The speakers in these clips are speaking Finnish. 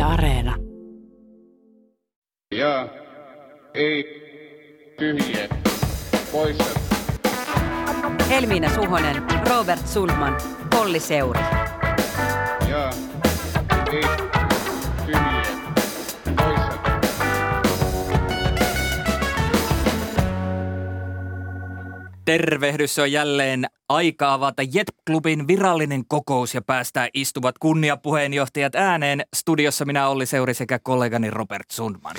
Areena. Ja ei tyhjiä poissa. Helmiina Suhonen, Robert Sundman, Olli Seuri. Ja ei tyhjiä poissa. Tervehdys, on jälleen aika avata Jet-klubin virallinen kokous ja päästää istuvat kunniapuheenjohtajat ääneen. Studiossa minä Olli Seuri sekä kollegani Robert Sundman.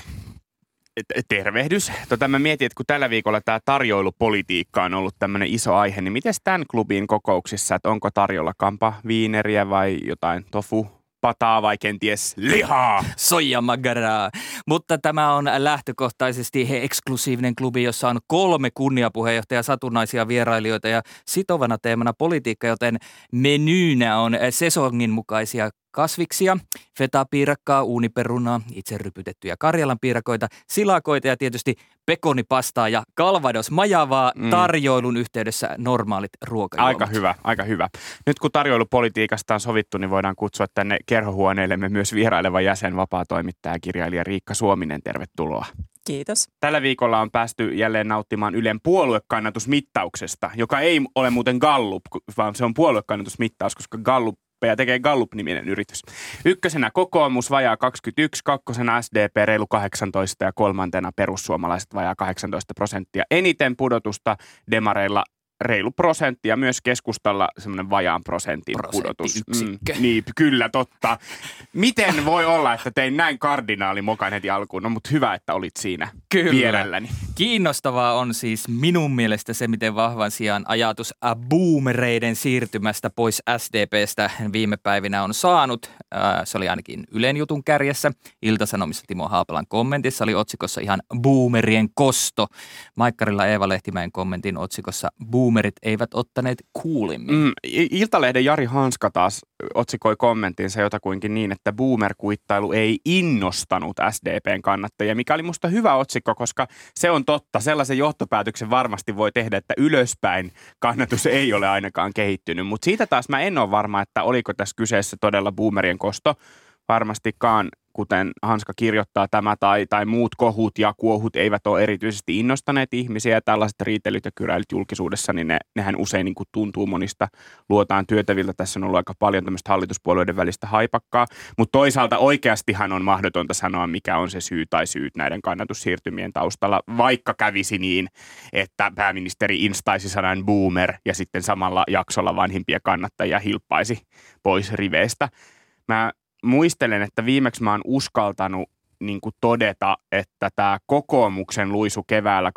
Tervehdys. Mä mietin, että kun tällä viikolla tämä tarjoilupolitiikka on ollut tämmöinen iso aihe, niin miten tämän klubin kokouksissa, että onko tarjolla kampaviineriä vai jotain tofu-pataa vai kenties lihaa? Soijamagaraa. Mutta tämä on lähtökohtaisesti eksklusiivinen klubi, jossa on 3 kunniapuheenjohtajaa, satunnaisia vierailijoita ja sitovana teemana politiikka, joten menyynä on sesongin mukaisia kasviksia, fetapiirakkaa, uuniperunaa, itse rypytettyjä Karjalan piirakoita, silakoita ja tietysti pekonipastaa ja Calvados majavaa tarjoilun yhteydessä normaalit ruokajuomat. Aika hyvä. Nyt kun tarjoilupolitiikasta on sovittu, niin voidaan kutsua tänne kerhohuoneillemme myös vieraileva jäsen, vapaatoimittaja ja kirjailija Riikka Suominen. Tervetuloa. Kiitos. Tällä viikolla on päästy jälleen nauttimaan Ylen puoluekannatusmittauksesta, joka ei ole muuten Gallup, vaan se on puoluekannatusmittaus, koska ja tekee Gallup-niminen yritys. Ykkösenä kokoomus vajaa 21, kakkosena SDP reilu 18 ja kolmantena perussuomalaiset vajaa 18%. Eniten pudotusta demareilla reilu prosentti ja myös keskustalla semmoinen vajaan prosentin pudotus. Niin, kyllä, totta. Miten voi olla, että tein näin kardinaalimokan heti alkuun? No, mutta hyvä, että olit siinä vierelläni. Kiinnostavaa on siis minun mielestä se, miten vahvan sijaan ajatus boomereiden siirtymästä pois SDPstä viime päivinä on saanut. Se oli ainakin Ylen jutun kärjessä. Ilta-Sanomissa Timo Haapalan kommentissa oli otsikossa ihan boomerien kosto. Maikkarilla Eeva Lehtimäen kommentin otsikossa boomerit eivät ottaneet kuulimmin. Iltalehden Jari Hanska taas otsikoi kommenttinsa jotakuinkin niin, että boomer-kuittailu ei innostanut SDPn kannattajia, mikä oli musta hyvä otsikko, koska se on totta. Sellaisen johtopäätöksen varmasti voi tehdä, että ylöspäin kannatus ei ole ainakaan kehittynyt, mutta siitä taas mä en ole varma, että oliko tässä kyseessä todella boomerien kosto. Varmastikaan, kuten Hanska kirjoittaa, tämä tai muut kohut ja kuohut eivät ole erityisesti innostaneet ihmisiä. Ja tällaiset riitelyt ja kyräilyt julkisuudessa, niin nehän usein niin kuin tuntuu monista luotaan työtäviltä. Tässä on ollut aika paljon tämmöistä hallituspuolueiden välistä haipakkaa. Mutta toisaalta oikeastihan on mahdotonta sanoa, mikä on se syy tai syyt näiden kannatussiirtymien taustalla. Vaikka kävisi niin, että pääministeri instaisi sanan boomer ja sitten samalla jaksolla vanhimpia kannattajia hilppaisi pois riveistä. Mä muistelen, että viimeksi mä oon uskaltanut niin kuin todeta, että tämä kokoomuksen luisu keväällä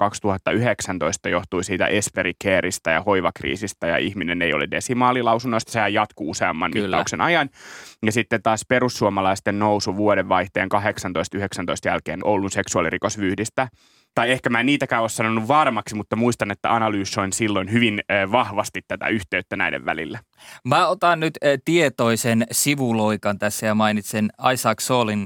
2019 johtui siitä Esperi Careista ja hoivakriisistä ja ihminen ei ole desimaalilausunnoista. Sehän jatkuu useamman mittauksen ajan. Ja sitten taas perussuomalaisten nousu vuodenvaihteen 18-19 jälkeen Oulun seksuaalirikosvyyhdistä. Tai ehkä mä en niitäkään ole sanonut varmaksi, mutta muistan, että analyysoin silloin hyvin vahvasti tätä yhteyttä näiden välillä. Mä otan nyt tietoisen sivuloikan tässä ja mainitsen Isaac Solin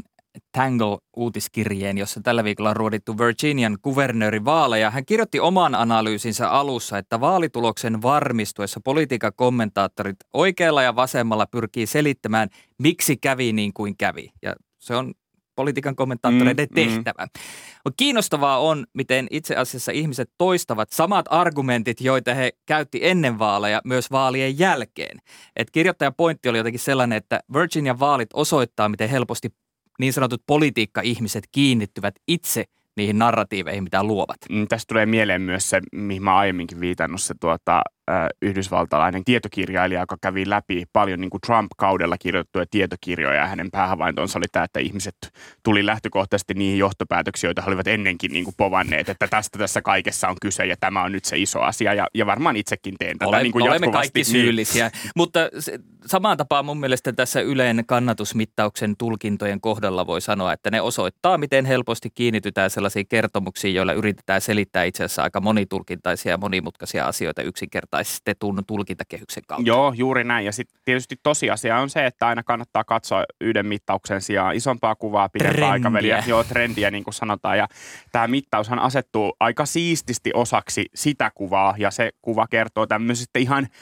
Tangle-uutiskirjeen, jossa tällä viikolla on ruodittu Virginian kuvernöörivaaleja. Hän kirjoitti oman analyysinsä alussa, että vaalituloksen varmistuessa politiikan kommentaattorit oikealla ja vasemmalla pyrkii selittämään, miksi kävi niin kuin kävi. Ja se on politiikan kommentaattoreiden tehtävä. Kiinnostavaa on, miten itse asiassa ihmiset toistavat samat argumentit, joita he käytti ennen vaaleja, myös vaalien jälkeen. Et kirjoittajan pointti oli jotenkin sellainen, että Virginian vaalit osoittaa, miten helposti niin sanotut politiikka-ihmiset kiinnittyvät itse niihin narratiiveihin, mitä luovat. Tästä tulee mieleen myös se, mihin mä aiemminkin viitannut, se yhdysvaltalainen tietokirjailija, joka kävi läpi paljon niin kuin Trump-kaudella kirjoittuja tietokirjoja. Ja hänen päähavaintonsa oli tämä, että ihmiset tuli lähtökohtaisesti niihin johtopäätöksiin, joita he olivat ennenkin niin kuin povanneet, että tästä tässä kaikessa on kyse ja tämä on nyt se iso asia. Ja varmaan itsekin teen tätä niin kuin olemme jatkuvasti. Kaikki syyllisiä, mutta samaan tapaan mun mielestä tässä Ylen kannatusmittauksen tulkintojen kohdalla voi sanoa, että ne osoittaa, miten helposti kiinnitytään sellaisiin kertomuksiin, joilla yritetään selittää itse asiassa aika monitulkintaisia ja monimutkaisia asioita yksinkertaistetun tulkintakehyksen kautta. Joo, juuri näin. Ja sitten tietysti tosiasia on se, että aina kannattaa katsoa yhden mittauksen sijaan isompaa kuvaa, pidempää aikaväliä. Joo, trendiä niin kuin sanotaan. Ja tämä mittaushan asettuu aika siististi osaksi sitä kuvaa ja se kuva kertoo tämmöisistä ihan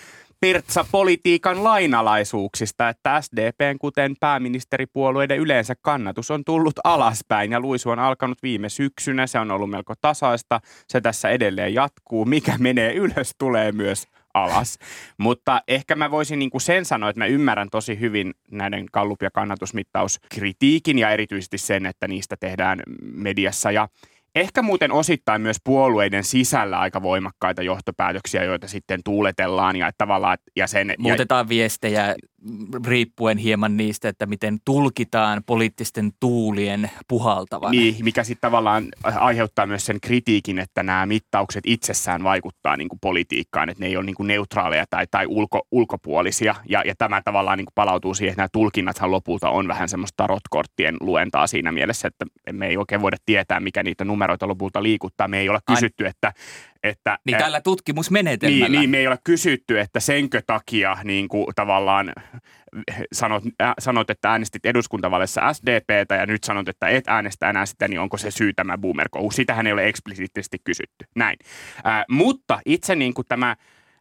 pirtsapolitiikan lainalaisuuksista, että SDPn, kuten pääministeripuolueiden yleensä, kannatus on tullut alaspäin ja luisu on alkanut viime syksynä. Se on ollut melko tasaista. Se tässä edelleen jatkuu. Mikä menee ylös, tulee myös alas. Mutta ehkä mä voisin niin kuin sen sanoa, että mä ymmärrän tosi hyvin näiden Gallup- ja kannatusmittauskritiikin ja erityisesti sen, että niistä tehdään mediassa ja ehkä muuten osittain myös puolueiden sisällä aika voimakkaita johtopäätöksiä, joita sitten tuuletellaan ja tavallaan ja sen muutetaan viestejä riippuen hieman niistä, että miten tulkitaan poliittisten tuulien puhaltavan. Niin, mikä sitten tavallaan aiheuttaa myös sen kritiikin, että nämä mittaukset itsessään vaikuttaa niin kuin politiikkaan, että ne ei ole niin kuin neutraaleja tai ulkopuolisia ja tämä tavallaan niin kuin palautuu siihen, että nämä tulkinnathan lopulta on vähän semmoista tarotkorttien luentaa siinä mielessä, että me ei oikein voida tietää, mikä niitä numeroita lopulta liikuttaa. Me ei ole kysytty, että niin tällä tutkimusmenetelmällä. Niin, me ei ole kysytty, että senkö takia niin kuin tavallaan sanot, että äänestit eduskuntavaaleissa SDPtä ja nyt sanot, että et äänestä enää sitä, niin onko se syy tämä boomer-kohu? Sitähän ei ole eksplisiittisesti kysytty. Näin. Mutta itse niin kuin tämä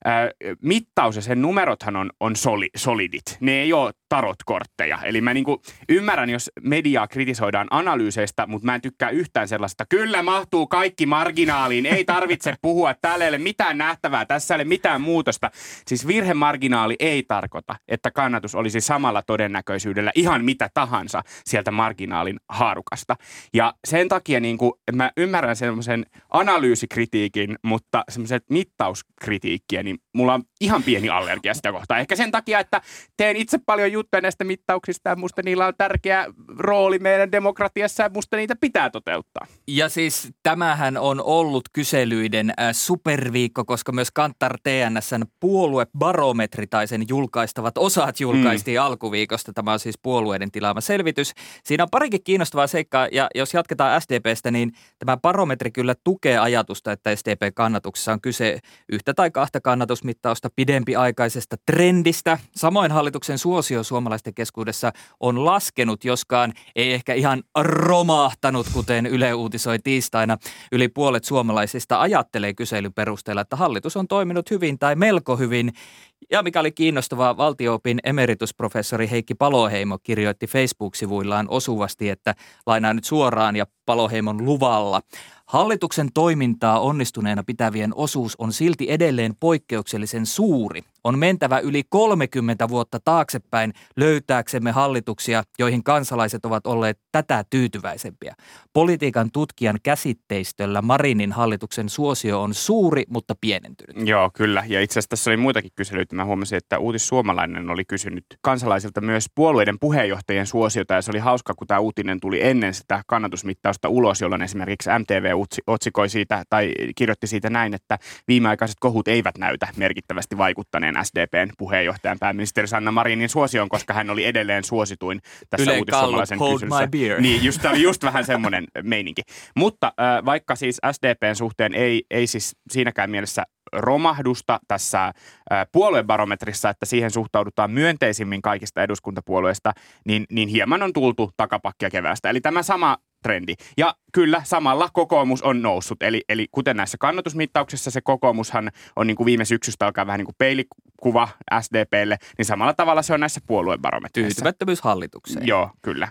mittaus ja sen numerothan on solidit. Ne ei ole tarotkortteja. Eli mä niin kuin ymmärrän, jos mediaa kritisoidaan analyyseistä, mutta mä en tykkää yhtään sellaista. Kyllä mahtuu kaikki marginaaliin. Ei tarvitse puhua. Täällä ei ole mitään nähtävää. Tässä ei ole mitään muutosta. Siis virhemarginaali ei tarkoita, että kannatus olisi samalla todennäköisyydellä ihan mitä tahansa sieltä marginaalin haarukasta. Ja sen takia niin kuin, mä ymmärrän semmoisen analyysikritiikin, mutta semmoiset mittauskritiikkiä, niin mulla on ihan pieni allergia sitä kohtaa. Ehkä sen takia, että teen itse paljon juttuja näistä mittauksista ja musta niillä on tärkeä rooli meidän demokratiassa ja musta niitä pitää toteuttaa. Ja siis tämähän on ollut kyselyiden superviikko, koska myös Kantar TNS:n puoluebarometri tai sen julkaistavat osat julkaistiin alkuviikosta. Tämä on siis puolueiden tilaama selvitys. Siinä on parikin kiinnostavaa seikkaa ja jos jatketaan SDPstä, niin tämä barometri kyllä tukee ajatusta, että SDP-kannatuksessa on kyse yhtä tai kahta kannatusmittausta pidempiaikaisesta trendistä. Samoin hallituksen suosio suomalaisten keskuudessa on laskenut, joskaan ei ehkä ihan romahtanut, kuten Yle uutisoi tiistaina. Yli puolet suomalaisista ajattelee kyselyn perusteella, että hallitus on toiminut hyvin tai melko hyvin. Ja mikä oli kiinnostavaa, valtio-opin emeritusprofessori Heikki Paloheimo kirjoitti Facebook-sivuillaan osuvasti, että lainaa nyt suoraan ja Paloheimon luvalla. Hallituksen toimintaa onnistuneena pitävien osuus on silti edelleen poikkeuksellisen suuri. On mentävä yli 30 vuotta taaksepäin löytääksemme hallituksia, joihin kansalaiset ovat olleet tätä tyytyväisempiä. Politiikan tutkijan käsitteistöllä Marinin hallituksen suosio on suuri, mutta pienentynyt. Joo, kyllä. Ja itse asiassa tässä oli muitakin kyselyitä. Mä huomasin, että Uutissuomalainen oli kysynyt kansalaisilta myös puolueiden puheenjohtajien suosiota. Ja se oli hauska, kun tämä uutinen tuli ennen sitä kannatusmittausta ulos, jolloin esimerkiksi MTV otsikoi siitä tai kirjoitti siitä näin, että viimeaikaiset kohut eivät näytä merkittävästi vaikuttaneen SDPn puheenjohtajan pääministeri Sanna Marinin suosioon, koska hän oli edelleen suosituin tässä Uutissuomalaisen kyselyssä. Niin, just vähän semmoinen meininki. Mutta vaikka siis SDPn suhteen ei siis siinäkään mielessä romahdusta tässä puoluebarometrissa, että siihen suhtaudutaan myönteisimmin kaikista eduskuntapuolueista, niin hieman on tultu takapakkia keväästä. Eli tämä sama trendi. Ja kyllä, samalla kokoomus on noussut. Eli kuten näissä kannatusmittauksissa se kokoomushan on niin kuin viime syksystä alkaa vähän niin kuin peilikuva SDPlle, niin samalla tavalla se on näissä puoluebarometreissa. Tyytymättömyys hallitukseen. Joo, kyllä.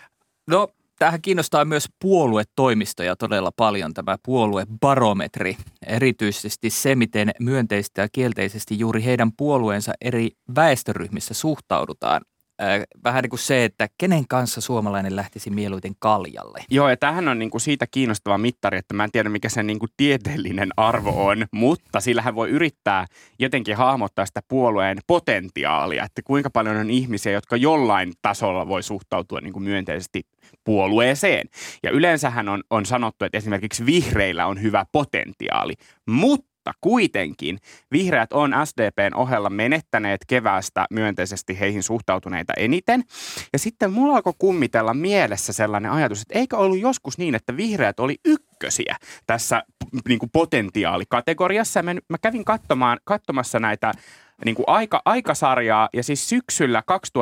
No, tämähän kiinnostaa myös puoluetoimistoja todella paljon, tämä puoluebarometri. Erityisesti se, miten myönteisesti ja kielteisesti juuri heidän puolueensa eri väestöryhmissä suhtaudutaan. Vähän niin kuin se, että kenen kanssa suomalainen lähtisi mieluiten kaljalle. Joo, ja tämähän on niin kuin siitä kiinnostava mittari, että mä en tiedä mikä sen niin kuin tieteellinen arvo on, mutta sillähän voi yrittää jotenkin hahmottaa sitä puolueen potentiaalia, että kuinka paljon on ihmisiä, jotka jollain tasolla voi suhtautua niin kuin myönteisesti puolueeseen. Ja yleensähän on sanottu, että esimerkiksi vihreillä on hyvä potentiaali, mutta kuitenkin vihreät on SDPn ohella menettäneet keväästä myönteisesti heihin suhtautuneita eniten. Ja sitten mulla alkoi kummitella mielessä sellainen ajatus, että eikö ollut joskus niin, että vihreät oli ykkösiä tässä niin kuin potentiaalikategoriassa. Mä kävin katsomassa näitä niin kuin aikasarjaa ja siis syksyllä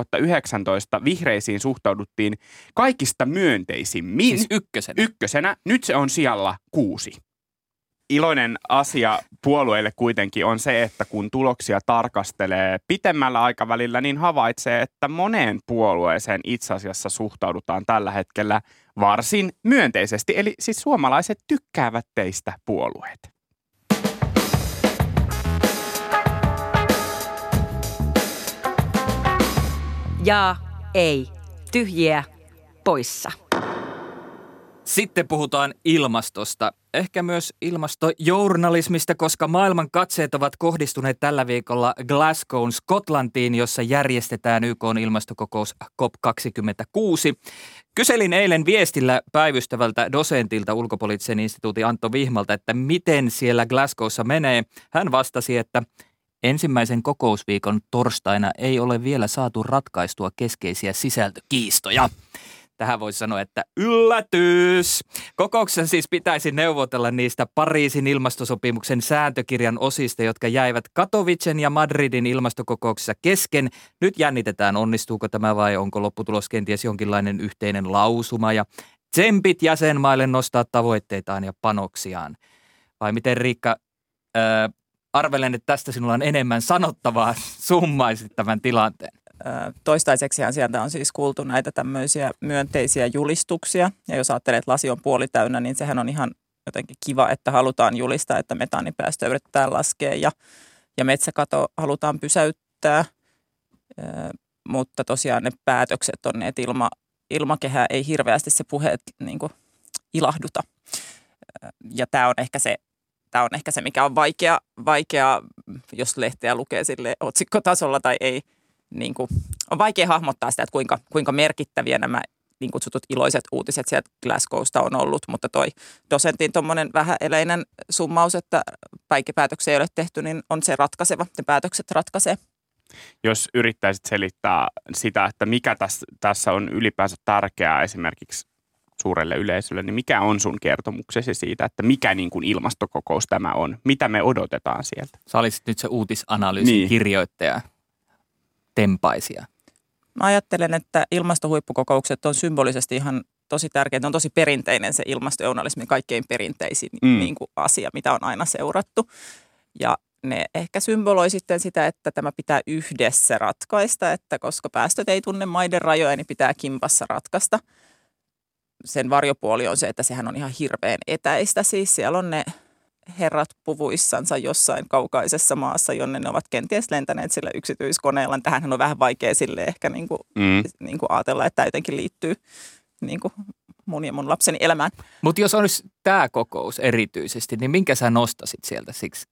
2019 vihreisiin suhtauduttiin kaikista myönteisimmin. Siis ykkösenä. Nyt se on sijalla 6. Iloinen asia puolueille kuitenkin on se, että kun tuloksia tarkastelee pitemmällä aikavälillä, niin havaitsee, että moneen puolueeseen itse asiassa suhtaudutaan tällä hetkellä varsin myönteisesti. Eli siis suomalaiset tykkäävät teistä puolueet. Ja ei. Tyhjiä poissa. Sitten puhutaan ilmastosta. Ehkä myös ilmastojournalismista, koska maailman katseet ovat kohdistuneet tällä viikolla Glasgown, Skotlantiin, jossa järjestetään YK:n ilmastokokous COP26. Kyselin eilen viestillä päivystävältä dosentilta ulkopoliittisen instituutin Antto Vihmalta, että miten siellä Glasgowssa menee. Hän vastasi, että ensimmäisen kokousviikon torstaina ei ole vielä saatu ratkaistua keskeisiä sisältökiistoja. Tähän voisi sanoa, että yllätys! Kokouksessa siis pitäisi neuvotella niistä Pariisin ilmastosopimuksen sääntökirjan osista, jotka jäivät Katowicen ja Madridin ilmastokokouksessa kesken. Nyt jännitetään, onnistuuko tämä vai onko lopputulos kenties jonkinlainen yhteinen lausuma ja tsempit jäsenmaille nostaa tavoitteitaan ja panoksiaan. Vai miten Riikka, arvelen, että tästä sinulla on enemmän sanottavaa, summaisit tämän tilanteen. Toistaiseksihan sieltä on siis kuultu näitä tämmöisiä myönteisiä julistuksia. Ja jos ajattelee, että lasi on puolitäynnä, niin sehän on ihan jotenkin kiva, että halutaan julistaa, että metaanipäästöjä yritetään laskea ja metsäkato halutaan pysäyttää. Mutta tosiaan ne päätökset on ne, että ilmakehää ei hirveästi se puheet niin kuin ilahduta. Ja tämä on ehkä se, mikä on vaikea, jos lehteä lukee sille otsikkotasolla tai ei. Niin kuin, on vaikea hahmottaa sitä, että kuinka merkittäviä nämä niin kutsutut iloiset uutiset sieltä Glasgowsta on ollut, mutta toi dosentin tuommoinen vähän eleinen summaus, että päätöksiä ei ole tehty, niin on se ratkaiseva, ne päätökset ratkaisee. Jos yrittäisit selittää sitä, että mikä tässä on ylipäänsä tärkeää esimerkiksi suurelle yleisölle, niin mikä on sun kertomuksesi siitä, että mikä niin kuin ilmastokokous tämä on? Mitä me odotetaan sieltä? Sä olisit nyt se uutisanalyysin kirjoittaja. Tempaisia. Mä ajattelen, että ilmastohuippukokoukset on symbolisesti ihan tosi tärkeitä. On tosi perinteinen se ilmastojournalismin kaikkein perinteisin niin kuin asia, mitä on aina seurattu. Ja ne ehkä symboloi sitten sitä, että tämä pitää yhdessä ratkaista, että koska päästöt ei tunne maiden rajoja, niin pitää kimpassa ratkaista. Sen varjopuoli on se, että sehän on ihan hirveän etäistä. Siis siellä on ne herrat puvuissansa jossain kaukaisessa maassa, jonne ne ovat kenties lentäneet sillä yksityiskoneella. Tämähän on vähän vaikea sille ehkä niin kuin ajatella, että tämä jotenkin liittyy niin kuin mun ja mun lapseni elämään. Mutta jos olisi tämä kokous erityisesti, niin minkä sä nostasit sieltä siksi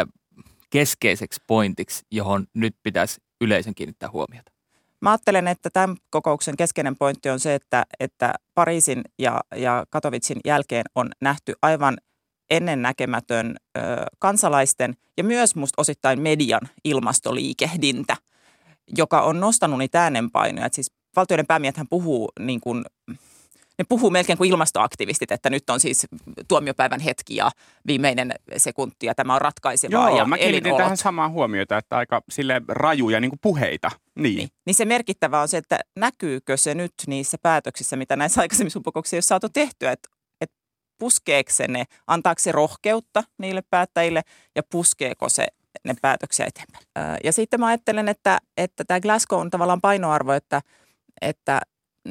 keskeiseksi pointiksi, johon nyt pitäisi yleisön kiinnittää huomiota? Mä ajattelen, että tämän kokouksen keskeinen pointti on se, että Pariisin ja Katowicin jälkeen on nähty aivan ennennäkemätön kansalaisten ja myös musta osittain median ilmastoliikehdintä, joka on nostanut niitä äänenpainoja. Et siis valtioiden päämiehethän puhuu niin kuin, ne puhuu melkein kuin ilmastoaktivistit, että nyt on siis tuomiopäivän hetki ja viimeinen sekunti ja tämä on ratkaisevaa. Joo, mä kiinnitin tähän samaan huomiota, että aika sille rajuja niin kuin puheita. Niin se merkittävä on se, että näkyykö se nyt niissä päätöksissä, mitä näissä aikaisemmissa kokouksissa ei ole saatu tehtyä, että puskeeko se ne, antaako se rohkeutta niille päättäjille ja puskeeko se ne päätöksiä eteenpäin. Ja sitten mä ajattelen, että tämä Glasgow on tavallaan painoarvo, että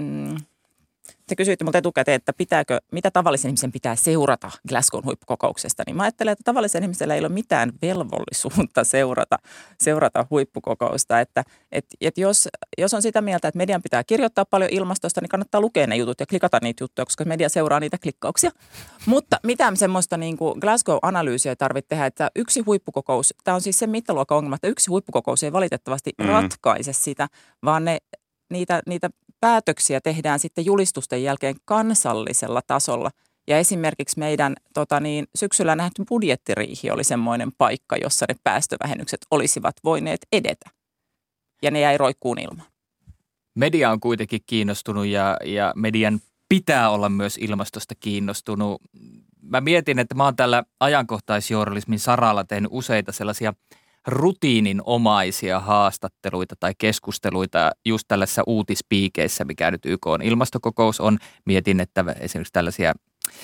te kysyitte multa etukäteen, että mitä tavallisen ihmisen pitää seurata Glasgown huippukokouksesta, niin mä ajattelen, että tavallisen ihmisellä ei ole mitään velvollisuutta seurata huippukokousta. Että jos on sitä mieltä, että median pitää kirjoittaa paljon ilmastosta, niin kannattaa lukea ne jutut ja klikata niitä juttuja, koska media seuraa niitä klikkauksia. Mutta mitään semmoista niin kuin Glasgow-analyysiä ei tarvitse tehdä, että yksi huippukokous, tämä on siis se mittaluokan ongelma, että yksi huippukokous ei valitettavasti ratkaise sitä, vaan niitä päätöksiä tehdään sitten julistusten jälkeen kansallisella tasolla. Ja esimerkiksi meidän syksyllä nähty budjettiriihi oli semmoinen paikka, jossa ne päästövähennykset olisivat voineet edetä. Ja ne jäi roikkuun ilmaan. Media on kuitenkin kiinnostunut ja median pitää olla myös ilmastosta kiinnostunut. Mä mietin, että mä oon tällä ajankohtaisjournalismin saralla tehnyt useita sellaisia rutiininomaisia haastatteluita tai keskusteluita just tällaisissa uutispiikeissä, mikä nyt YK:n ilmastokokous on. Mietin, että esimerkiksi tällaisia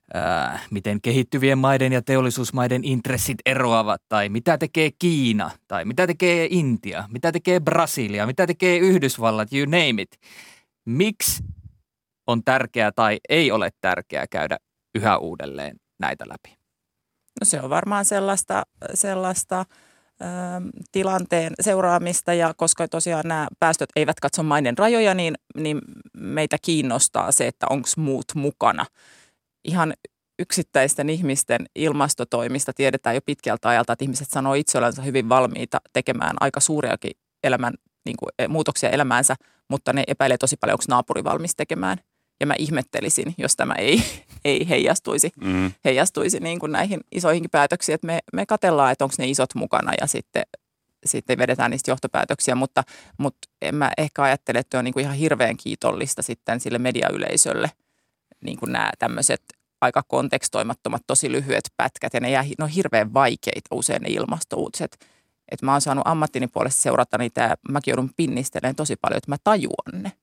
miten kehittyvien maiden ja teollisuusmaiden intressit eroavat, tai mitä tekee Kiina, tai mitä tekee Intia, mitä tekee Brasilia, mitä tekee Yhdysvallat, you name it. Miksi on tärkeää tai ei ole tärkeää käydä yhä uudelleen näitä läpi? No se on varmaan sellaista tilanteen seuraamista, ja koska tosiaan nämä päästöt eivät katso maiden rajoja, niin meitä kiinnostaa se, että onko muut mukana. Ihan yksittäisten ihmisten ilmastotoimista tiedetään jo pitkältä ajalta, että ihmiset sanoo itse olevansa hyvin valmiita tekemään aika suuriakin muutoksia elämäänsä, mutta ne epäilee tosi paljon, onko naapuri valmis tekemään. Ja mä ihmettelisin, jos tämä ei heijastuisi niin kuin näihin isoihinkin päätöksiin, että me katsellaan, että onko ne isot mukana ja sitten vedetään niistä johtopäätöksiä, mutta en mä ehkä ajattele, että on niin kuin ihan hirveän kiitollista sitten sille mediayleisölle niin kuin nämä tämmöiset aika kontekstoimattomat, tosi lyhyet pätkät, ja ne on hirveän vaikeita usein ne ilmastouutiset. Että mä oon saanut ammattini puolesta seurata niitä, ja mäkin joudun pinnistelemään tosi paljon, että mä tajuan ne.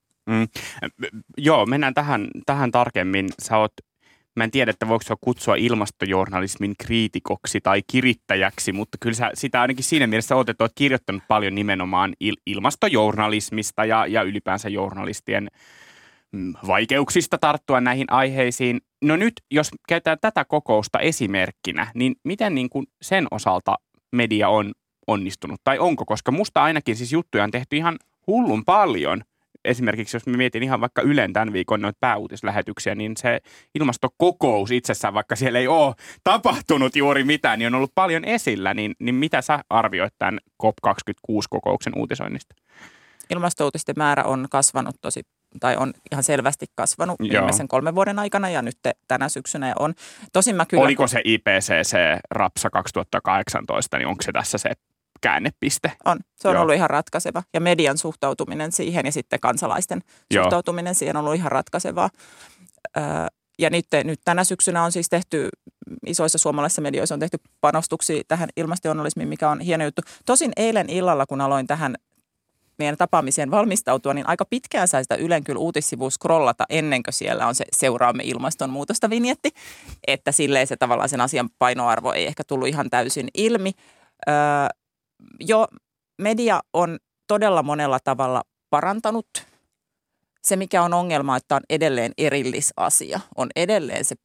Joo, mennään tähän tarkemmin. Mä en tiedä, että voiko se kutsua ilmastojournalismin kriitikoksi tai kirittäjäksi, mutta kyllä sitä ainakin siinä mielessä olet kirjoittanut paljon nimenomaan ilmastojournalismista ja ylipäänsä journalistien vaikeuksista tarttua näihin aiheisiin. No nyt, jos käytetään tätä kokousta esimerkkinä, niin miten niin kuin sen osalta media on onnistunut, tai onko? Koska musta ainakin siis juttuja on tehty ihan hullun paljon. Esimerkiksi jos mä mietin ihan vaikka Ylen tämän viikon noita pääuutislähetyksiä, niin se ilmastokokous itsessään, vaikka siellä ei ole tapahtunut juuri mitään, niin on ollut paljon esillä. Niin mitä sä arvioit tämän COP26-kokouksen uutisoinnista? Ilmastouutisten määrä on kasvanut on ihan selvästi kasvanut viimeisen 3 vuoden aikana, ja nyt tänä syksynä on. Tosin mä kyllä... Oliko se IPCC-rapsa 2018, niin onko se tässä se käännepiste? On. Se on ollut ihan ratkaiseva. Ja median suhtautuminen siihen ja sitten kansalaisten suhtautuminen siihen on ollut ihan ratkaisevaa. Ja nyt tänä syksynä on siis tehty, isoissa suomalaisissa medioissa on tehty panostuksia tähän ilmastojournalismiin, mikä on hieno juttu. Tosin eilen illalla, kun aloin tähän meidän tapaamiseen valmistautua, niin aika pitkään sai sitä Ylen kyllä uutissivua scrollata ennen kuin siellä on se seuraamme ilmastonmuutosta -vinjetti. Että silleen se tavallaan sen asian painoarvo ei ehkä tullut ihan täysin ilmi. Media on todella monella tavalla parantanut. Se, mikä on ongelma, että on edelleen erillisasia. On edelleen se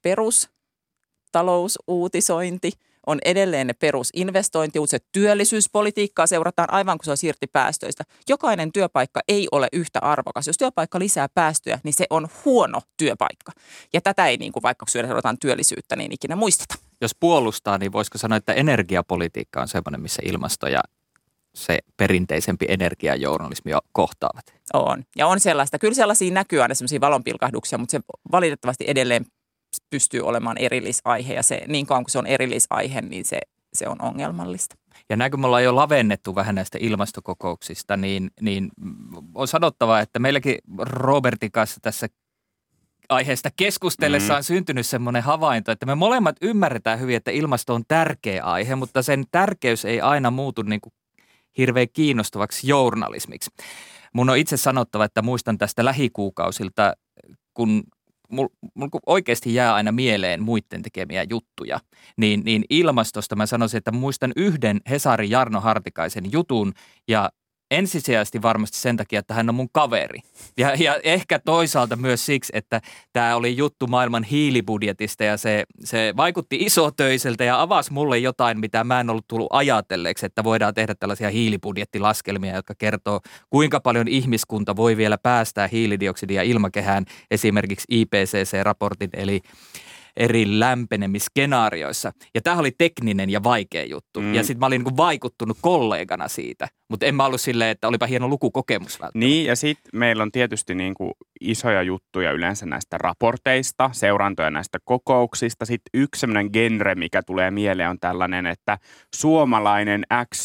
perustalousuutisointi, on edelleen ne perusinvestointiuutiset, työllisyyspolitiikkaa seurataan aivan kuin se on irti päästöistä. Jokainen työpaikka ei ole yhtä arvokas. Jos työpaikka lisää päästöjä, niin se on huono työpaikka. Ja tätä ei, niin kuin vaikka seurataan työllisyyttä, niin ikinä muisteta. Jos puolustaa, niin voisiko sanoa, että energiapolitiikka on sellainen, missä ilmasto ja se perinteisempi energiajournalismi jo kohtaavat? On. Ja on sellaista. Kyllä sellaisia näkyy aina sellaisia valonpilkahduksia, mutta se valitettavasti edelleen pystyy olemaan erillisaihe. Ja se, niin kauan kuin se on erillisaihe, niin se on ongelmallista. Ja näin kun me ollaan jo lavennettu vähän näistä ilmastokokouksista, niin on sanottava, että meilläkin Robertin kanssa tässä aiheesta keskustellessa on syntynyt semmoinen havainto, että me molemmat ymmärretään hyvin, että ilmasto on tärkeä aihe, mutta sen tärkeys ei aina muutu niin kuin hirveän kiinnostavaksi journalismiksi. Mun on itse sanottava, että muistan tästä lähikuukausilta, kun mulla oikeasti jää aina mieleen muiden tekemiä juttuja, niin ilmastosta mä sanoisin, että muistan yhden Hesarin Jarno Hartikaisen jutun, ja ensisijaisesti varmasti sen takia, että hän on mun kaveri. Ja ehkä toisaalta myös siksi, että tämä oli juttu maailman hiilibudjetista, ja se vaikutti isotöiseltä ja avasi mulle jotain, mitä mä en ollut tullut ajatelleeksi, että voidaan tehdä tällaisia hiilibudjettilaskelmia, jotka kertoo, kuinka paljon ihmiskunta voi vielä päästää hiilidioksidia ilmakehään, esimerkiksi IPCC-raportin, eli eri lämpenemisskenaarioissa. Ja tämä oli tekninen ja vaikea juttu. Ja sitten mä olin niin kuin vaikuttunut kollegana siitä. Mutta en mä ollut silleen, että olipa hieno lukukokemus välttämättä. Niin, ja sitten meillä on tietysti niin kuin isoja juttuja yleensä näistä raporteista, seurantoja näistä kokouksista. Sitten yksi sellainen genre, mikä tulee mieleen, on tällainen, että suomalainen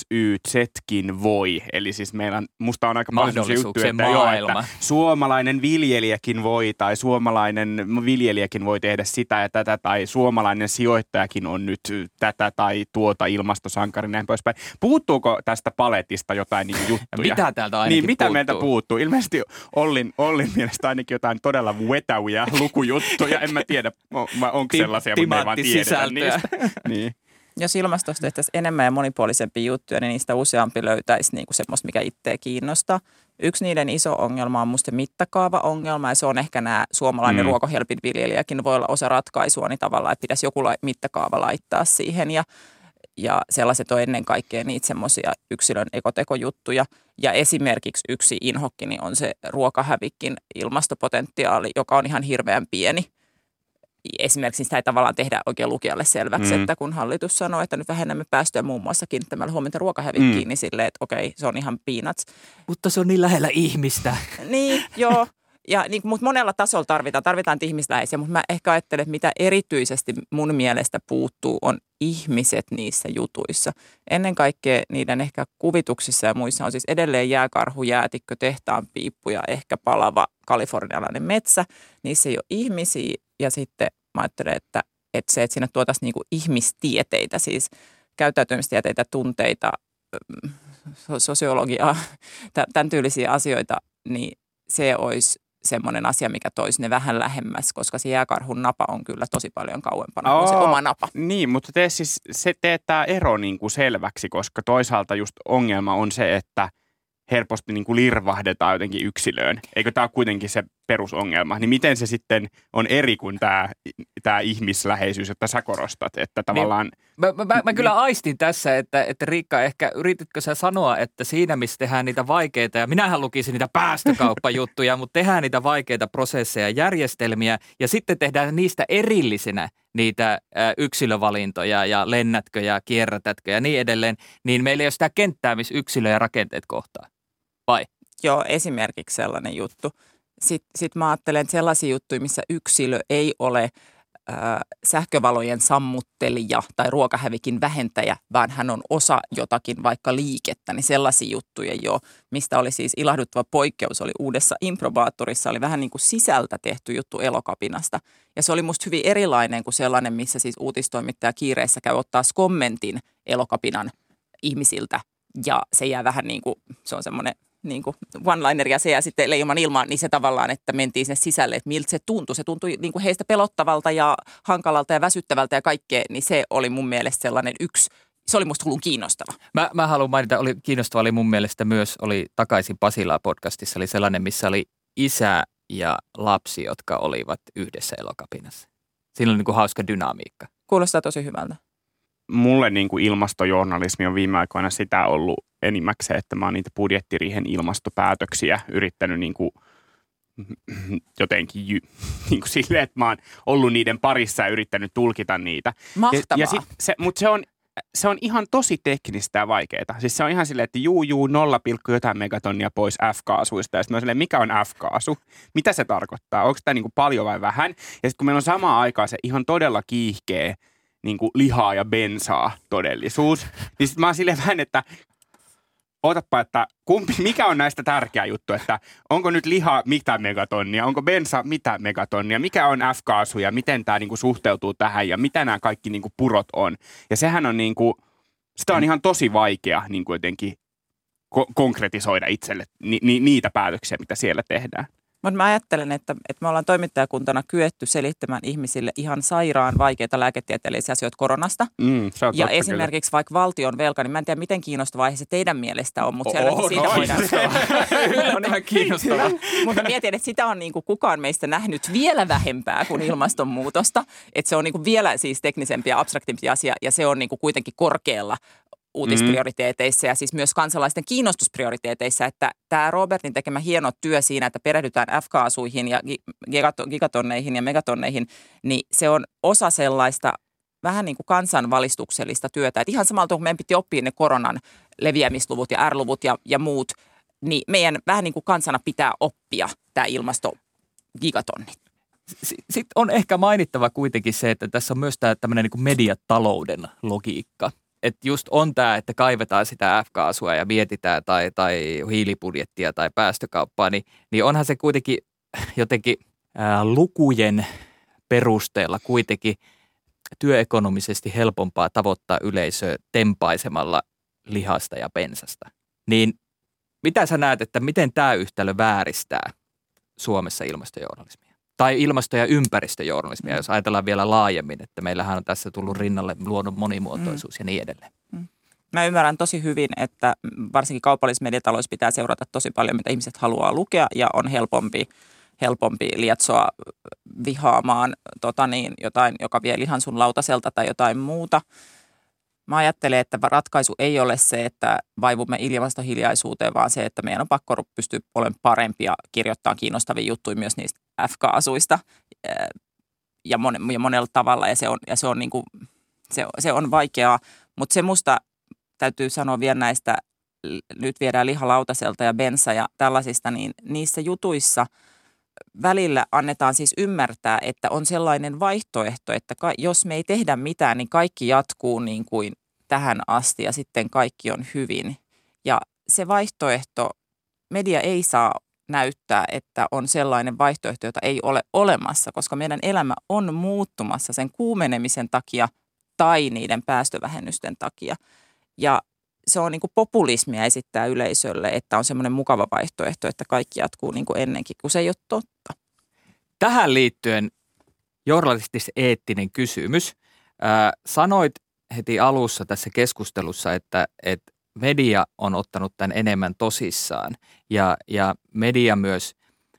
XYZkin voi. Eli siis meillä on, musta on aika paljon juttuja, että suomalainen viljelijäkin voi, tai suomalainen viljelijäkin voi tehdä sitä ja tätä, tai suomalainen sijoittajakin on nyt tätä tai tuota ilmastosankari, näin poispäin. Puuttuuko tästä paletista Ollilta jotain niin juttuja. Mitä täältä ainakin Niin, mitä puuttuu? meiltä puuttuu? Ilmeisesti Ollin mielestä ainakin jotain todella vetäviä lukujuttuja. En mä tiedä, onko sellaisia, mutta me ei vaan tiedetä niistä. Niin. Jos ilmastosta tehtäisiin enemmän ja monipuolisempia juttuja, niin niistä useampi löytäisi niinku semmoista, mikä itseä kiinnostaa. Yksi niiden iso ongelma on musta se mittakaava-ongelma, ja se on ehkä nämä suomalainen ruokohelpin viljelijäkin voi olla osa ratkaisua, niin tavallaan, että pitäisi joku mittakaava laittaa siihen. Ja sellaiset on ennen kaikkea niitä semmoisia yksilön ekotekojuttuja. Ja esimerkiksi yksi inhokki niin on se ruokahävikin ilmastopotentiaali, joka on ihan hirveän pieni. Esimerkiksi sitä ei tavallaan tehdä oikein lukijalle selväksi, että kun hallitus sanoo, että nyt vähennämme päästöjä muun muassa kiinnittämällä huomiota ruokahävikkiin, niin silleen, että okei, se on ihan peanuts. Mutta se on niin lähellä ihmistä. Niin, joo. Ja niin, mutta monella tasolla tarvitaan ihmisläheisiä, mutta mä ehkä ajattelen, että mitä erityisesti mun mielestä puuttuu on ihmiset niissä jutuissa. Ennen kaikkea niiden ehkä kuvituksissa ja muissa on siis edelleen jääkarhu, jäätikkö, tehtaan piippu ja ehkä palava kalifornialainen metsä. Niissä ei ole ihmisiä ja sitten mä ajattelen, että siinä tuotaisiin niinku ihmistieteitä, siis käyttäytymistieteitä, tunteita, sosiologiaa, tämän tyylisiä asioita, niin se olisi semmoinen asia, mikä toisi ne vähän lähemmäs, koska se jääkarhun napa on kyllä tosi paljon kauempana kuin se oma napa. Niin, mutta se teet tämä ero niin kuin selväksi, koska toisaalta just ongelma on se, että helposti niin kuin lirvahdetaan jotenkin yksilöön. Eikö tämä ole kuitenkin se perusongelma? Niin miten se sitten on eri kuin tämä ihmisläheisyys, jota sä korostat, että tavallaan... Mä kyllä aistin tässä, että Riikka, ehkä yrititkö sä sanoa, että siinä missä tehdään niitä vaikeita, ja minähän lukisin niitä päästökauppajuttuja, mutta tehdään niitä vaikeita prosesseja, järjestelmiä, ja sitten tehdään niistä erillisenä niitä yksilövalintoja ja lennätkö ja kierrätätkö ja niin edelleen, niin meillä ei ole sitä kenttää, missä yksilö ja rakenteet kohtaa. Vai? Joo, esimerkiksi sellainen juttu. Sitten mä ajattelen, että sellaisia juttuja, missä yksilö ei ole sähkövalojen sammuttelija tai ruokahävikin vähentäjä, vaan hän on osa jotakin, vaikka liikettä, niin sellaisia juttuja jo, mistä oli siis ilahduttava poikkeus, oli uudessa Improbaattorissa, oli vähän niin kuin sisältä tehty juttu Elokapinasta. Ja se oli musta hyvin erilainen kuin sellainen, missä siis uutistoimittaja kiireessä käy ottaa kommentin Elokapinan ihmisiltä, ja se jää vähän niin kuin, se on semmoinen niin kuin one-liner ja se ja sitten leijoman ilmaan, niin se tavallaan, että mentiin sinne sisälle, että miltä se tuntui. Se tuntui niin kuin heistä pelottavalta ja hankalalta ja väsyttävältä ja kaikkea, niin se oli mun mielestä sellainen se oli musta hullun kiinnostava. Mä haluan mainita, kiinnostava oli mun mielestä myös, oli Takaisin Pasilaa podcastissa, oli sellainen, missä oli isä ja lapsi, jotka olivat yhdessä Elokapinassa. Siinä oli niin kuin hauska dynamiikka. Kuulostaa tosi hyvältä. Mulle niin kuin ilmastojournalismi on viime aikoina sitä ollut enimmäkseen, että mä oon niitä budjettiriihen ilmastopäätöksiä yrittänyt niin kuin jotenkin niin kuin silleen, että mä oon ollut niiden parissa ja yrittänyt tulkita niitä. Mahtavaa. Mutta se on ihan tosi teknistä ja vaikeaa. Siis se on ihan silleen, että 0, jotain megatonnia pois F-kaasuista. Ja sitten mä oon silleen, mikä on F-kaasu? Mitä se tarkoittaa? Onko tämä niin kuin paljon vai vähän? Ja sitten kun meillä on samaan aikaan se ihan todella kiihkeä niin kuin lihaa ja bensaa todellisuus, niin sitten mä oon silleen vähän, että ootapa, että mikä on näistä tärkeä juttu, että onko nyt liha mitä megatonnia, onko bensa mitä megatonnia, mikä on F-kaasu ja miten tämä niinku suhteutuu tähän ja mitä nämä kaikki niinku purot on. Ja sehän on niinku, sitä on ihan tosi vaikea niinku jotenkin konkretisoida itselle niitä päätöksiä, mitä siellä tehdään. Mutta mä ajattelen, että me ollaan toimittajakuntana kyetty selittämään ihmisille ihan sairaan vaikeita lääketieteellisiä asioita koronasta. Ja esimerkiksi kyllä. Vaikka valtion velka, niin mä en tiedä miten kiinnostava aihe se teidän mielestä on, mutta selvästi siitä voidaan... Yllättävän kiinnostavaa. Mutta mietin, että sitä on niin kuin kukaan meistä nähnyt vielä vähempää kuin ilmastonmuutosta. Että se on niin kuin vielä siis teknisempi ja abstraktimpi asia ja se on niin kuin kuitenkin korkealla uutisprioriteeteissa ja siis myös kansalaisten kiinnostusprioriteeteissa, että tämä Robertin tekemä hieno työ siinä, että perehdytään F-kaasuihin ja gigatonneihin ja megatonneihin, niin se on osa sellaista vähän niin kuin kansanvalistuksellista työtä. Että ihan samalla kun meidän piti oppia ne koronan leviämisluvut ja R-luvut ja muut, niin meidän vähän niin kuin kansana pitää oppia tämä ilmastogigatonnit. Sitten on ehkä mainittava kuitenkin se, että tässä on myös tämä tämmöinen niin kuin mediatalouden logiikka. Että just on tämä, että kaivetaan sitä F-kaasua ja mietitään tai hiilibudjettia tai päästökauppaa, niin onhan se kuitenkin jotenkin lukujen perusteella kuitenkin työekonomisesti helpompaa tavoittaa yleisöä tempaisemalla lihasta ja bensasta. Niin mitä sä näet, että miten tämä yhtälö vääristää Suomessa ilmastojournalismia? Tai ilmasto- ja ympäristöjournalismia, jos ajatellaan vielä laajemmin, että meillähän on tässä tullut rinnalle luonnon monimuotoisuus ja niin edelleen. Mä ymmärrän tosi hyvin, että varsinkin kaupallisessa mediataloudessa pitää seurata tosi paljon, mitä ihmiset haluaa lukea ja on helpompi lietsoa vihaamaan jotain, joka vie lihan sun lautaselta tai jotain muuta. Mä ajattelen, että ratkaisu ei ole se, että vaivumme ilmastohiljaisuuteen, vaan se, että meidän on pakko pystyä olemaan parempia kirjoittaa kiinnostavia juttuja myös niistä F-kaasuista ja monella tavalla. Ja se on vaikeaa, mutta se musta täytyy sanoa vielä näistä, nyt viedään lihalautaselta ja bensa ja tällaisista, niin niissä jutuissa välillä annetaan siis ymmärtää, että on sellainen vaihtoehto, että jos me ei tehdä mitään, niin kaikki jatkuu niin kuin tähän asti ja sitten kaikki on hyvin. Ja se vaihtoehto, media ei saa näyttää, että on sellainen vaihtoehto, jota ei ole olemassa, koska meidän elämä on muuttumassa sen kuumenemisen takia tai niiden päästövähennysten takia. Ja se on niin kuin populismia esittää yleisölle, että on semmoinen mukava vaihtoehto, että kaikki jatkuu niin kuin ennenkin, kun se ei ole totta. Tähän liittyen journalistis-eettinen kysymys. Sanoit heti alussa tässä keskustelussa, että media on ottanut tämän enemmän tosissaan ja media myös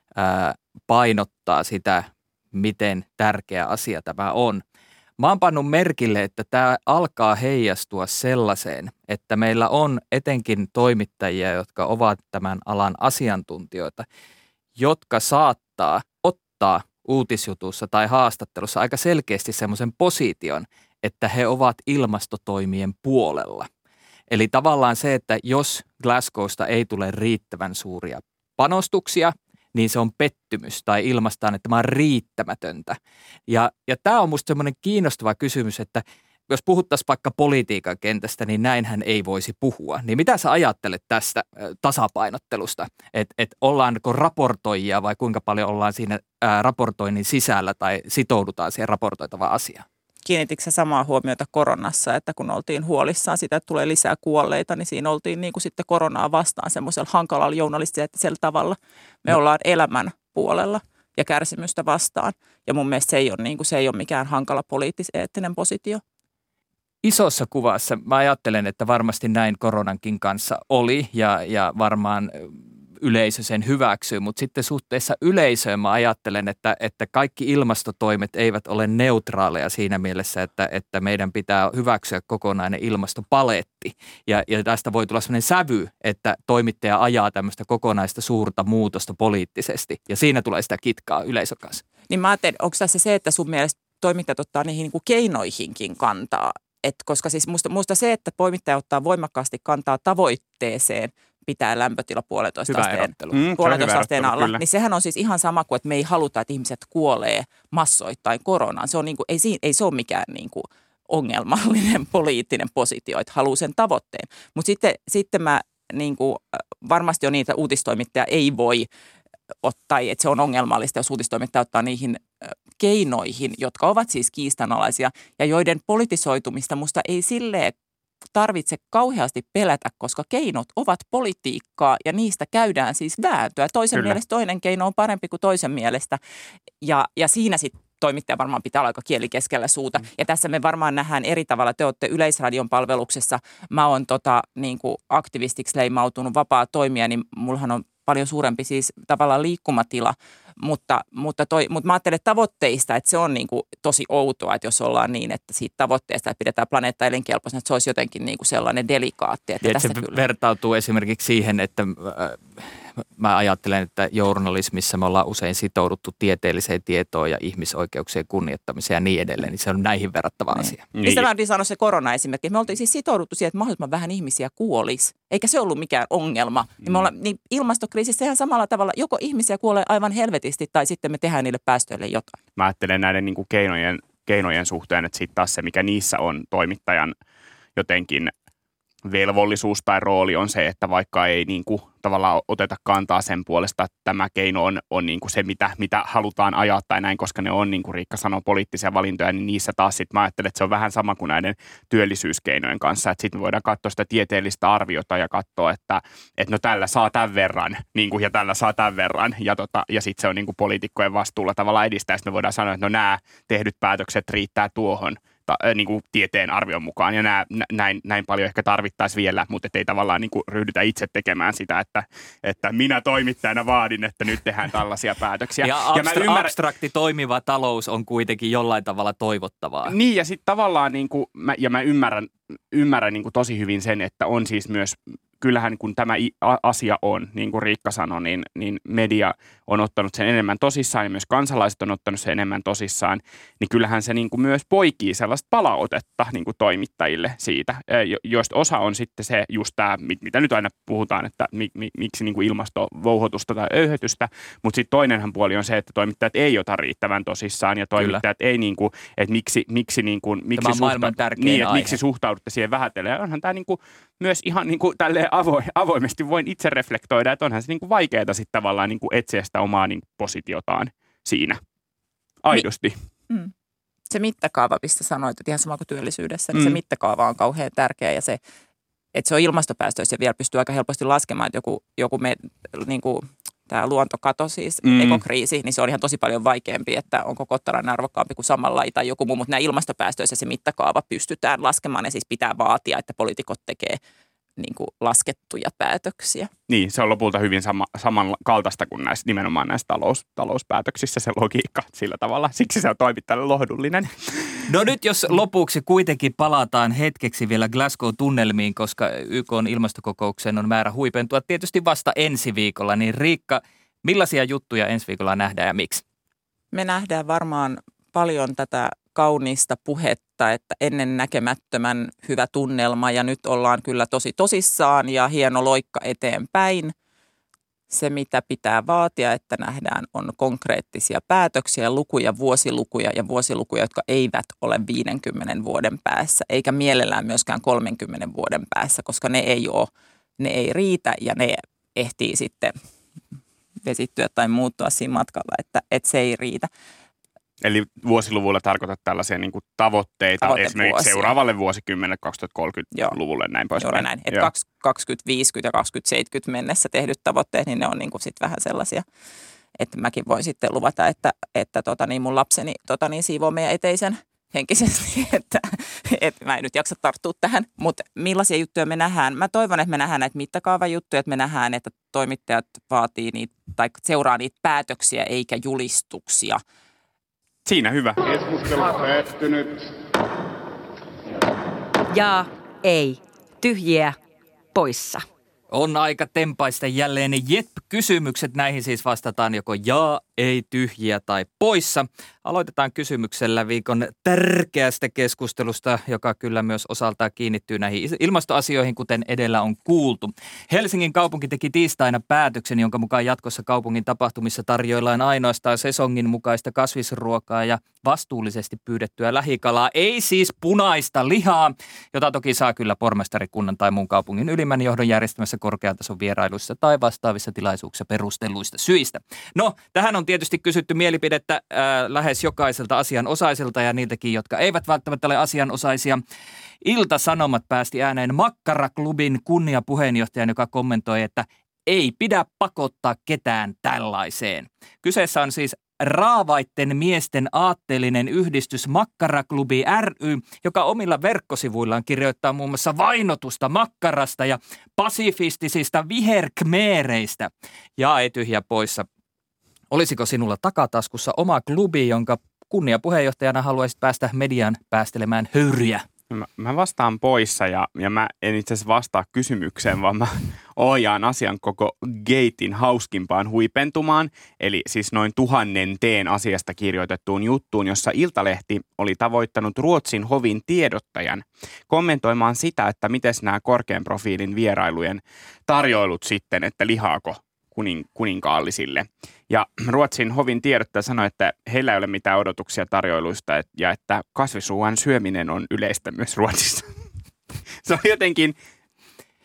painottaa sitä, miten tärkeä asia tämä on. Mä oon pannut merkille, että tämä alkaa heijastua sellaiseen, että meillä on etenkin toimittajia, jotka ovat tämän alan asiantuntijoita, jotka saattaa ottaa uutisjutussa tai haastattelussa aika selkeästi semmoisen position, että he ovat ilmastotoimien puolella. Eli tavallaan se, että jos Glasgowsta ei tule riittävän suuria panostuksia, niin se on pettymys tai ilmaistaan, että tämä on riittämätöntä. Ja tämä on musta semmoinen kiinnostava kysymys, että jos puhuttaisiin vaikka politiikan kentästä, niin näinhän ei voisi puhua. Niin mitä sä ajattelet tästä tasapainottelusta? Että ollaanko raportoijia vai kuinka paljon ollaan siinä raportoinnin sisällä tai sitoudutaan siihen raportoitavaan asiaan? Kiinnititkö sä samaa huomiota koronassa, että kun oltiin huolissaan sitä, että tulee lisää kuolleita, niin siinä oltiin niin kuin sitten koronaa vastaan semmoisella hankalalla journalistisella tavalla. Me ollaan elämän puolella ja kärsimystä vastaan. Ja mun mielestä se ei ole mikään hankala poliittis-eettinen positio. Isossa kuvassa mä ajattelen, että varmasti näin koronankin kanssa oli ja varmaan yleisö sen hyväksyy, mutta sitten suhteessa yleisöön mä ajattelen, että kaikki ilmastotoimet eivät ole neutraaleja siinä mielessä, että meidän pitää hyväksyä kokonainen ilmastopaletti. Ja tästä voi tulla sellainen sävy, että toimittaja ajaa tämmöistä kokonaista suurta muutosta poliittisesti. Ja siinä tulee sitä kitkaa yleisön kanssa. Niin mä ajattelen, onko tässä se, että sun mielestä toimittajat ottaa niihin niin kuin keinoihinkin kantaa? Koska siis musta se, että toimittaja ottaa voimakkaasti kantaa tavoitteeseen, pitää lämpötila puolentoista asteen alla, niin sehän on siis ihan sama kuin, että me ei haluta, että ihmiset kuolee massoittain koronaan. Se on niin kuin, ei se ole mikään niin kuin ongelmallinen poliittinen positio, että haluaa sen tavoitteen. Mutta sitten mä niin kuin, varmasti on niitä uutistoimittajia ei voi ottaa, että se on ongelmallista, jos uutistoimittaja ottaa niihin keinoihin, jotka ovat siis kiistanalaisia ja joiden politisoitumista musta ei silleen tarvitse kauheasti pelätä, koska keinot ovat politiikkaa ja niistä käydään siis vääntöä. Toisen mielestä toinen keino on parempi kuin toisen mielestä ja siinä sitten toimittaja varmaan pitää olla aika kieli keskellä suuta. Ja tässä me varmaan nähdään eri tavalla. Te olette Yleisradion palveluksessa. Mä oon niin kuin aktivistiksi leimautunut vapaa toimija, niin mullahan on paljon suurempi siis tavallaan liikkumatila. Mutta mä ajattelen tavoitteista, että se on niin kuin tosi outoa, että jos ollaan niin, että siitä tavoitteesta että pidetään planeetta elinkelpoisena, että se olisi jotenkin niin kuin sellainen delikaatti. Että se vertautuu esimerkiksi siihen, että mä ajattelen, että journalismissa me ollaan usein sitouduttu tieteelliseen tietoon ja ihmisoikeuksien kunnioittamiseen ja niin edelleen, niin se on näihin verrattava asia. Mistä mä olin sanonut se korona-esimerkki? Me oltiin siis sitouduttu siihen, että mahdollisimman vähän ihmisiä kuolisi, eikä se ollut mikään ongelma. Niin ilmastokriisissä ihan samalla tavalla, joko ihmisiä kuolee aivan helvetisti tai sitten me tehdään niille päästöille jotain. Mä ajattelen näiden niin kuin keinojen suhteen, että sitten taas se, mikä niissä on toimittajan jotenkin velvollisuus tai rooli on se, että vaikka ei niin kuin tavallaan oteta kantaa sen puolesta, että tämä keino on niin kuin se, mitä halutaan ajaa tai näin, koska ne on, niin kuin Riikka sanoi, poliittisia valintoja, niin niissä taas sitten mä ajattelen, että se on vähän sama kuin näiden työllisyyskeinojen kanssa, että sitten me voidaan katsoa sitä tieteellistä arviota ja katsoa, että no tällä saa tämän verran niin kuin, ja tällä saa tämän verran ja sitten se on niin kuin poliitikkojen vastuulla tavallaan edistää, sitten me voidaan sanoa, että no nämä tehdyt päätökset riittää tuohon niin kuin tieteen arvion mukaan, ja näin paljon ehkä tarvittaisiin vielä, mutta ei tavallaan niin kuin ryhdytä itse tekemään sitä, että minä toimittajana vaadin, että nyt tehdään tällaisia päätöksiä. Ja abstrakti toimiva talous on kuitenkin jollain tavalla toivottavaa. Niin, ja sitten tavallaan, niin kuin, mä ymmärrän niin kuin tosi hyvin sen, että on siis myös, kyllähän kun tämä asia on, niin kuin Riikka sanoi, niin media on ottanut sen enemmän tosissaan ja myös kansalaiset on ottanut sen enemmän tosissaan, niin kyllähän se niin kuin myös poikii sellaista palautetta niin kuin toimittajille siitä, joista osa on sitten se just tämä, mitä nyt aina puhutaan, että miksi niin kuin ilmastovouhotusta tai öyhötystä, mutta sitten toinenhan puoli on se, että toimittajat ei ota riittävän tosissaan ja toimittajat ei niin kuin, että miksi suhtaudutte siihen vähätellen. Ja onhan tämä niin kuin myös ihan niin kuin tälleen avoimesti voin itse reflektoida, että onhan se niin kuin vaikeaa sitten tavallaan niin kuin etsiä sitä omaa niin kuin positiotaan siinä aidosti. Se mittakaava, mistä sanoit, että ihan sama kuin työllisyydessä, niin se mittakaava on kauhean tärkeä ja se, että se on ilmastopäästöissä ja vielä pystyy aika helposti laskemaan, että joku niin kuin tämä luontokato siis, ekokriisi, niin se on ihan tosi paljon vaikeampi, että onko kottarainen arvokkaampi kuin samalla tai joku muu, mutta nämä ilmastopäästöissä se mittakaava pystytään laskemaan ja siis pitää vaatia, että poliitikot tekee niin kuin laskettuja päätöksiä. Niin, se on lopulta hyvin samankaltaista kuin nimenomaan näissä talouspäätöksissä se logiikka sillä tavalla. Siksi se on toimittajalle lohdullinen. No nyt jos lopuksi kuitenkin palataan hetkeksi vielä Glasgow-tunnelmiin, koska YK:n ilmastokokoukseen on määrä huipentua tietysti vasta ensi viikolla, niin Riikka, millaisia juttuja ensi viikolla nähdään ja miksi? Me nähdään varmaan paljon tätä kaunista puhetta, että ennen näkemättömän hyvä tunnelma ja nyt ollaan kyllä tosi tosissaan ja hieno loikka eteenpäin. Se, mitä pitää vaatia, että nähdään, on konkreettisia päätöksiä, vuosilukuja, jotka eivät ole 50 vuoden päässä, eikä mielellään myöskään 30 vuoden päässä, koska ne ei riitä ja ne ehtii sitten vesittyä tai muuttua siinä matkalla, että se ei riitä. Eli vuosiluvulla tarkoitat tällaisia niin kuin tavoitteita esimerkiksi seuraavalle vuosikymmenelle 2030-luvulle näin poispäin. Juuri näin, että 2050 ja 2070 mennessä tehdyt tavoitteet, niin ne on niin kuin sit vähän sellaisia, että mäkin voin sitten luvata, että mun lapseni siivoo meidän eteisen henkisesti, että mä en nyt jaksa tarttua tähän, mutta millaisia juttuja me nähdään? Mä toivon, että me nähdään näitä mittakaavajuttuja, että me nähdään, että toimittajat vaatii niitä tai seuraa niitä päätöksiä eikä julistuksia. Siinä hyvä. Keskustelu päättynyt. Ja ei. Tyhjiä poissa. On aika tempaista jälleen ne kysymykset. Näihin siis vastataan joko jaa, ei, tyhjiä tai poissa. Aloitetaan kysymyksellä viikon tärkeästä keskustelusta, joka kyllä myös osaltaan kiinnittyy näihin ilmastoasioihin, kuten edellä on kuultu. Helsingin kaupunki teki tiistaina päätöksen, jonka mukaan jatkossa kaupungin tapahtumissa tarjoillaan ainoastaan sesongin mukaista kasvisruokaa ja vastuullisesti pyydettyä lähikalaa. Ei siis punaista lihaa, jota toki saa kyllä pormestarikunnan tai muun kaupungin ylimmän johdon järjestämässä korkean tason vierailuissa tai vastaavissa tilaisuuksissa perustelluista syistä. No, tähän on tietysti kysytty mielipidettä lähes jokaiselta asianosaiselta ja niiltäkin, jotka eivät välttämättä ole asianosaisia. Ilta-Sanomat päästi ääneen Makkara-klubin kunniapuheenjohtajan, joka kommentoi, että ei pidä pakottaa ketään tällaiseen. Kyseessä on siis raavaitten miesten aatteellinen yhdistys Makkaraklubi ry, joka omilla verkkosivuillaan kirjoittaa muun muassa vainotusta makkarasta ja pasifistisista viherkmeereistä. Ja ei tyhjä poissa. Olisiko sinulla takataskussa oma klubi, jonka kunniapuheenjohtajana haluaisit päästä median päästelemään höyryjä? Mä vastaan poissa ja mä en itse asiassa vastaa kysymykseen, vaan mä ohjaan asian koko geitin hauskimpaan huipentumaan. Eli siis noin 1000 teen asiasta kirjoitettuun juttuun, jossa Iltalehti oli tavoittanut Ruotsin hovin tiedottajan kommentoimaan sitä, että miten nämä korkean profiilin vierailujen tarjoilut sitten, että lihaako kuninkaallisille. Ja Ruotsin hovin tiedottaja sanoi, että heillä ei ole mitään odotuksia tarjoiluista ja että kasvisruoan syöminen on yleistä myös Ruotsissa. Se on jotenkin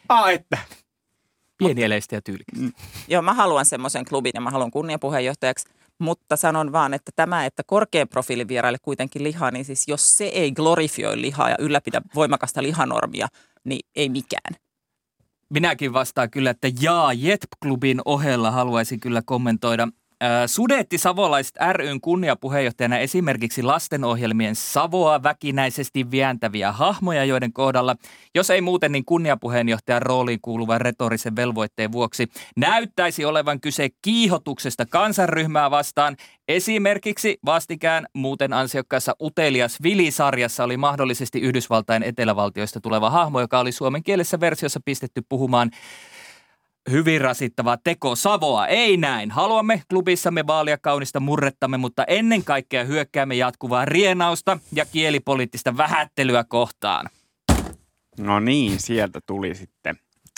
Että. Pienieleistä ja tyylikästä. Joo, mä haluan semmoisen klubin ja mä haluan kunniapuheenjohtajaksi, mutta sanon vaan, että tämä, että korkean profiilin vieraille kuitenkin lihaa, niin siis jos se ei glorifioi lihaa ja ylläpidä voimakasta lihanormia, niin ei mikään. Minäkin vastaan kyllä, että Jetp-klubin ohella haluaisin kyllä kommentoida. Sudetti Savolaiset ry:n kunniapuheenjohtajana esimerkiksi lastenohjelmien Savoa väkinäisesti vientäviä hahmoja, joiden kohdalla, jos ei muuten, niin kunniapuheenjohtajan rooliin kuuluvan retorisen velvoitteen vuoksi näyttäisi olevan kyse kiihotuksesta kansanryhmää vastaan. Esimerkiksi vastikään muuten ansiokkaassa Utelias Vili-sarjassa oli mahdollisesti Yhdysvaltain etelävaltioista tuleva hahmo, joka oli suomen kielessä versiossa pistetty puhumaan hyvin rasittavaa teko Savoa. Ei näin. Haluamme klubissamme vaalia kaunista murrettamme, mutta ennen kaikkea hyökkäämme jatkuvaa rienausta ja kielipoliittista vähättelyä kohtaan. No niin, sieltä tuli sitten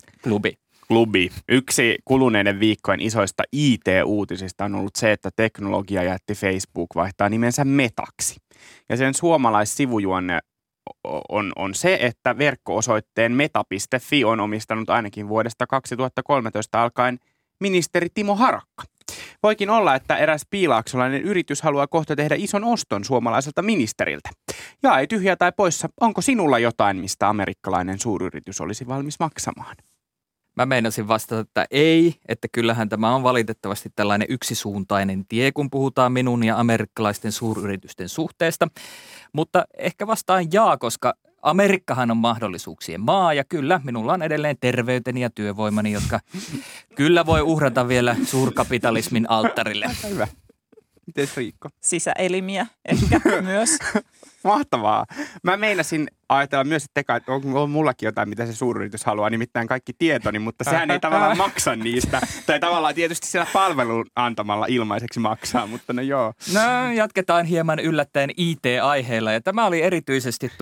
Klubi. Yksi kuluneiden viikkojen isoista IT-uutisista on ollut se, että teknologiajätti Facebook vaihtaa nimensä Metaksi. Ja sen suomalaissivujuonne on se, että verkko-osoitteen meta.fi on omistanut ainakin vuodesta 2013 alkaen ministeri Timo Harakka. Voikin olla, että eräs piilaaksolainen yritys haluaa kohta tehdä ison oston suomalaiselta ministeriltä. Ja ei tyhjää tai poissa, onko sinulla jotain, mistä amerikkalainen suuryritys olisi valmis maksamaan? Mä meinasin vastata, että ei, että kyllähän tämä on valitettavasti tällainen yksisuuntainen tie, kun puhutaan minun ja amerikkalaisten suuryritysten suhteesta. Mutta ehkä vastaan jaa, koska Amerikkahan on mahdollisuuksien maa ja kyllä, minulla on edelleen terveyteni ja työvoimani, jotka kyllä voi uhrata vielä suurkapitalismin alttarille. Aika hyvä. Mites Riikko? Sisäelimiä ehkä myös. Mahtavaa. Mä meinasin ajatella myös, että on mullakin jotain, mitä se suuryritys haluaa, nimittäin kaikki tietoni, mutta sehän ei tavallaan maksa niistä. Tai tavallaan tietysti siellä palvelun antamalla ilmaiseksi maksaa, mutta no joo. No jatketaan hieman yllättäen IT-aiheella ja tämä oli erityisesti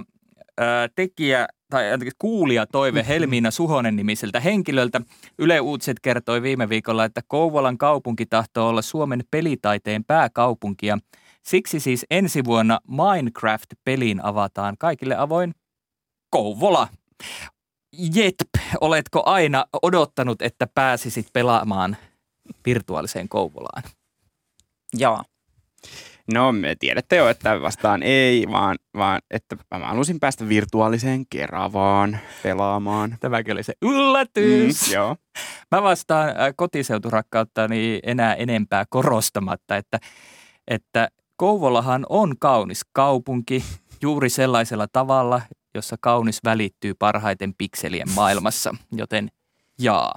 tekijä tai kuulijatoive Helmiina Suhonen nimiseltä henkilöltä. Yle Uutiset kertoi viime viikolla, että Kouvolan kaupunki tahtoo olla Suomen pelitaiteen pääkaupunki ja siksi siis ensi vuonna Minecraft-peliin avataan kaikille avoin Kouvola. Jetp, oletko aina odottanut, että pääsisit pelaamaan virtuaaliseen Kouvolaan? Joo. No me tiedätte jo, että vastaan ei, vaan että mä halusin päästä virtuaaliseen Keravaan pelaamaan. Tämäkin oli se yllätys. Joo. Mä vastaan kotiseuturakkauttani enää enempää korostamatta, että Kouvolahan on kaunis kaupunki juuri sellaisella tavalla, jossa kaunis välittyy parhaiten pikselien maailmassa, joten jaa.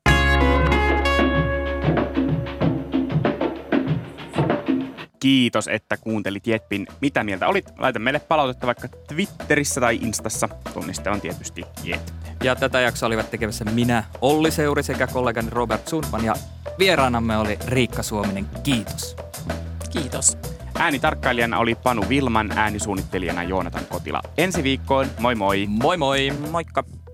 Kiitos, että kuuntelit Jetpin. Mitä mieltä olit? Laita meille palautetta vaikka Twitterissä tai Instassa. Tunniste on tietysti Jet. Ja tätä jaksoa olivat tekemässä minä, Olli Seuri sekä kollegani Robert Sundman ja vieraanamme oli Riikka Suominen. Kiitos. Kiitos. Äänitarkkailijana oli Panu Vilman, äänisuunnittelijana Joonatan Kotila. Ensi viikkoon, moi moi! Moi moi! Moikka!